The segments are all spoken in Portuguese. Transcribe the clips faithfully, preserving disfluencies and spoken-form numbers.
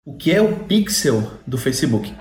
O que é o pixel do Facebook?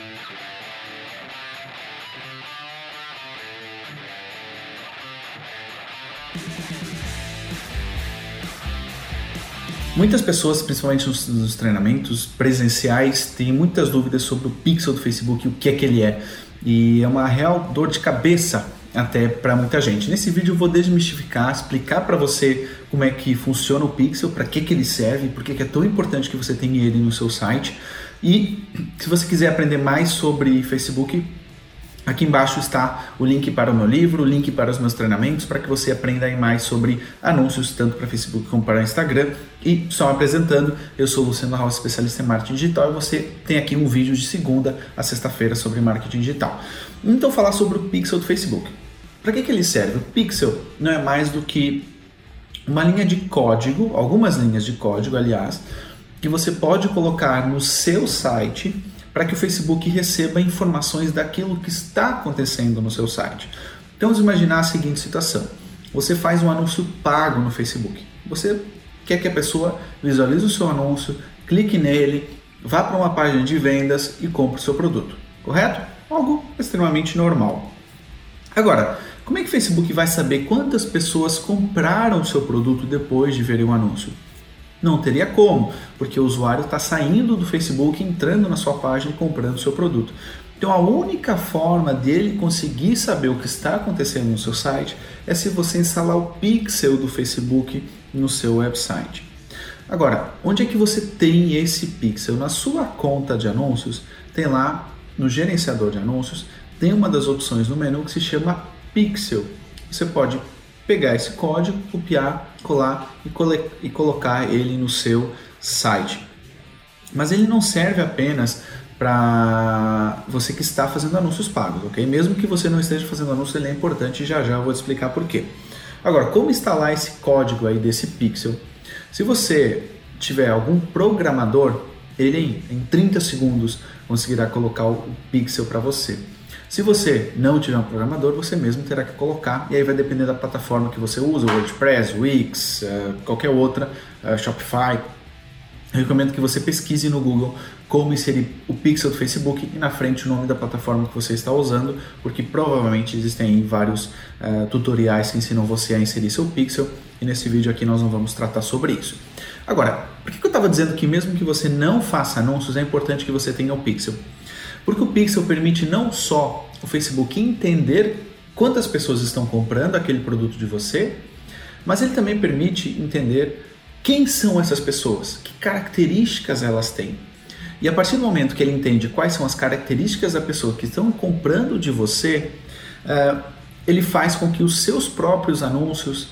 Muitas pessoas, principalmente nos, nos treinamentos presenciais, têm muitas dúvidas sobre o pixel do Facebook e o que é que ele é. E é uma real dor de cabeça até para muita gente. Nesse vídeo eu vou desmistificar, explicar para você como é que funciona o pixel, para que, que ele serve, por que, que é tão importante que você tenha ele no seu site. E se você quiser aprender mais sobre Facebook, aqui embaixo está o link para o meu livro, o link para os meus treinamentos, para que você aprenda aí mais sobre anúncios, tanto para Facebook como para Instagram. E só me apresentando, eu sou o Luciano Raus, especialista em marketing digital, e você tem aqui um vídeo de segunda a sexta-feira sobre marketing digital. Então, falar sobre o pixel do Facebook. Para que, que ele serve? O pixel não é mais do que uma linha de código, algumas linhas de código, aliás, que você pode colocar no seu site para que o Facebook receba informações daquilo que está acontecendo no seu site. Então, vamos imaginar a seguinte situação. Você faz um anúncio pago no Facebook. Você quer que a pessoa visualize o seu anúncio, clique nele, vá para uma página de vendas e compre o seu produto. Correto? Algo extremamente normal. Agora, como é que o Facebook vai saber quantas pessoas compraram o seu produto depois de verem o anúncio? Não teria como, porque o usuário está saindo do Facebook, entrando na sua página e comprando o seu produto. Então a única forma dele conseguir saber o que está acontecendo no seu site é se você instalar o pixel do Facebook no seu website. Agora, onde é que você tem esse pixel? Na sua conta de anúncios, tem lá no gerenciador de anúncios, tem uma das opções no menu que se chama pixel. Você pode pegar esse código, copiar, colar e, cole- e colocar ele no seu site. Mas ele não serve apenas para você que está fazendo anúncios pagos, ok? Mesmo que você não esteja fazendo anúncios, ele é importante e já já eu vou te explicar por quê. Agora, como instalar esse código aí desse pixel? Se você tiver algum programador, ele em trinta segundos conseguirá colocar o pixel para você. Se você não tiver um programador, você mesmo terá que colocar, e aí vai depender da plataforma que você usa, WordPress, Wix, qualquer outra, Shopify. Eu recomendo que você pesquise no Google como inserir o pixel do Facebook e na frente o nome da plataforma que você está usando, porque provavelmente existem vários uh, tutoriais que ensinam você a inserir seu pixel, e nesse vídeo aqui nós não vamos tratar sobre isso. Agora, por que eu estava dizendo que mesmo que você não faça anúncios, é importante que você tenha o pixel? Porque o pixel permite não só o Facebook entender quantas pessoas estão comprando aquele produto de você, mas ele também permite entender quem são essas pessoas, que características elas têm. E a partir do momento que ele entende quais são as características da pessoa que estão comprando de você, uh, ele faz com que os seus próprios anúncios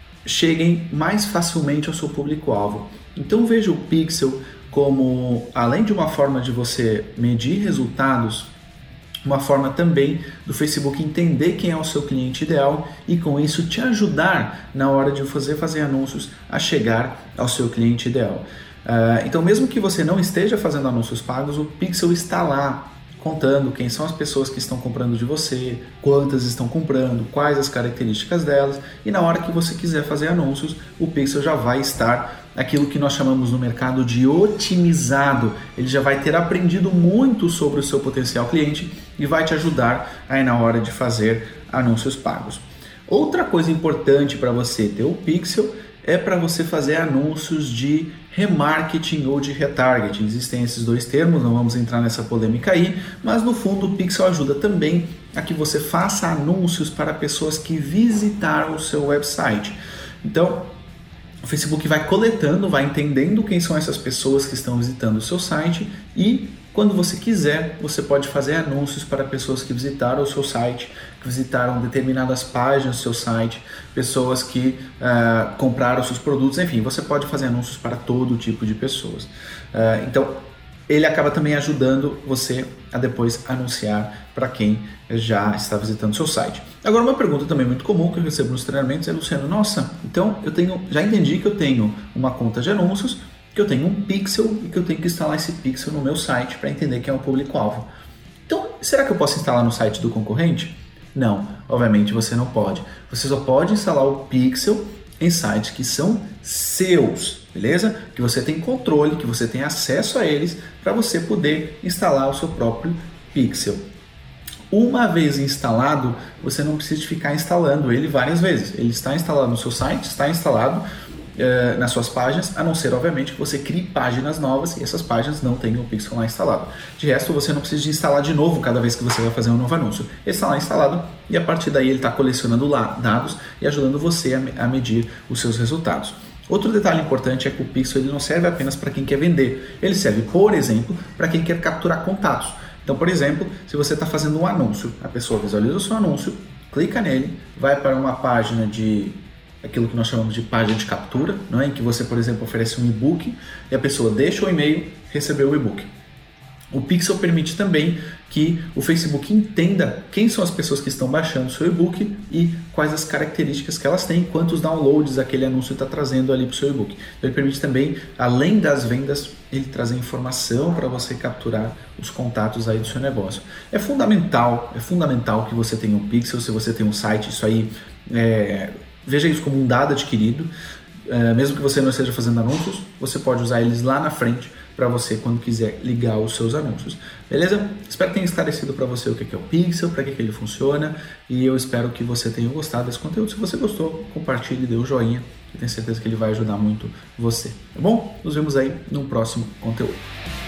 cheguem mais facilmente ao seu público-alvo. Então veja o pixel como, além de uma forma de você medir resultados, uma forma também do Facebook entender quem é o seu cliente ideal e com isso te ajudar na hora de fazer, fazer anúncios a chegar ao seu cliente ideal. Uh, então mesmo que você não esteja fazendo anúncios pagos, o pixel está lá contando quem são as pessoas que estão comprando de você, quantas estão comprando, quais as características delas, e na hora que você quiser fazer anúncios, o pixel já vai estar aquilo que nós chamamos no mercado de otimizado. Ele já vai ter aprendido muito sobre o seu potencial cliente e vai te ajudar aí na hora de fazer anúncios pagos. Outra coisa importante para você ter o pixel é para você fazer anúncios de remarketing ou de retargeting. Existem esses dois termos, não vamos entrar nessa polêmica aí, mas no fundo o pixel ajuda também a que você faça anúncios para pessoas que visitaram o seu website. Então, o Facebook vai coletando, vai entendendo quem são essas pessoas que estão visitando o seu site e quando você quiser, você pode fazer anúncios para pessoas que visitaram o seu site, que visitaram determinadas páginas do seu site, pessoas que uh, compraram seus produtos, enfim, você pode fazer anúncios para todo tipo de pessoas. Uh, então, ele acaba também ajudando você a depois anunciar para quem já está visitando o seu site. Agora, uma pergunta também muito comum que eu recebo nos treinamentos é, Luciano, nossa, então eu tenho, já entendi que eu tenho uma conta de anúncios, que eu tenho um pixel e que eu tenho que instalar esse pixel no meu site para entender quem é o público-alvo. Então, será que eu posso instalar no site do concorrente? Não, obviamente você não pode. Você só pode instalar o pixel em sites que são seus. beleza? Que você tem controle, que você tem acesso a eles para você poder instalar o seu próprio pixel. Uma vez instalado, você não precisa ficar instalando ele várias vezes. Ele está instalado no seu site, está instalado uh, nas suas páginas, a não ser, obviamente, que você crie páginas novas e essas páginas não tenham o pixel lá instalado. De resto, você não precisa de instalar de novo cada vez que você vai fazer um novo anúncio. Ele está lá instalado e a partir daí ele está colecionando lá dados e ajudando você a, a medir os seus resultados. Outro detalhe importante é que o pixel ele não serve apenas para quem quer vender. Ele serve, por exemplo, para quem quer capturar contatos. Então, por exemplo, se você está fazendo um anúncio, a pessoa visualiza o seu anúncio, clica nele, vai para uma página de aquilo que nós chamamos de página de captura, não é? Em que você, por exemplo, oferece um e-book e a pessoa deixa o e-mail, recebeu o e-book. O Pixel permite também que o Facebook entenda quem são as pessoas que estão baixando o seu e-book e quais as características que elas têm, quantos downloads aquele anúncio está trazendo ali para o seu e-book. Então ele permite também, além das vendas, ele trazer informação para você capturar os contatos aí do seu negócio. É fundamental, é fundamental que você tenha um Pixel, se você tem um site, isso aí, é, veja isso como um dado adquirido. É, mesmo que você não esteja fazendo anúncios, você pode usar eles lá na frente para você quando quiser ligar os seus anúncios. Beleza? Espero que tenha esclarecido para você o que é o Pixel, para que ele funciona e eu espero que você tenha gostado desse conteúdo. Se você gostou, compartilhe, dê um joinha, que tenho certeza que ele vai ajudar muito você. Tá bom? Nos vemos aí no próximo conteúdo.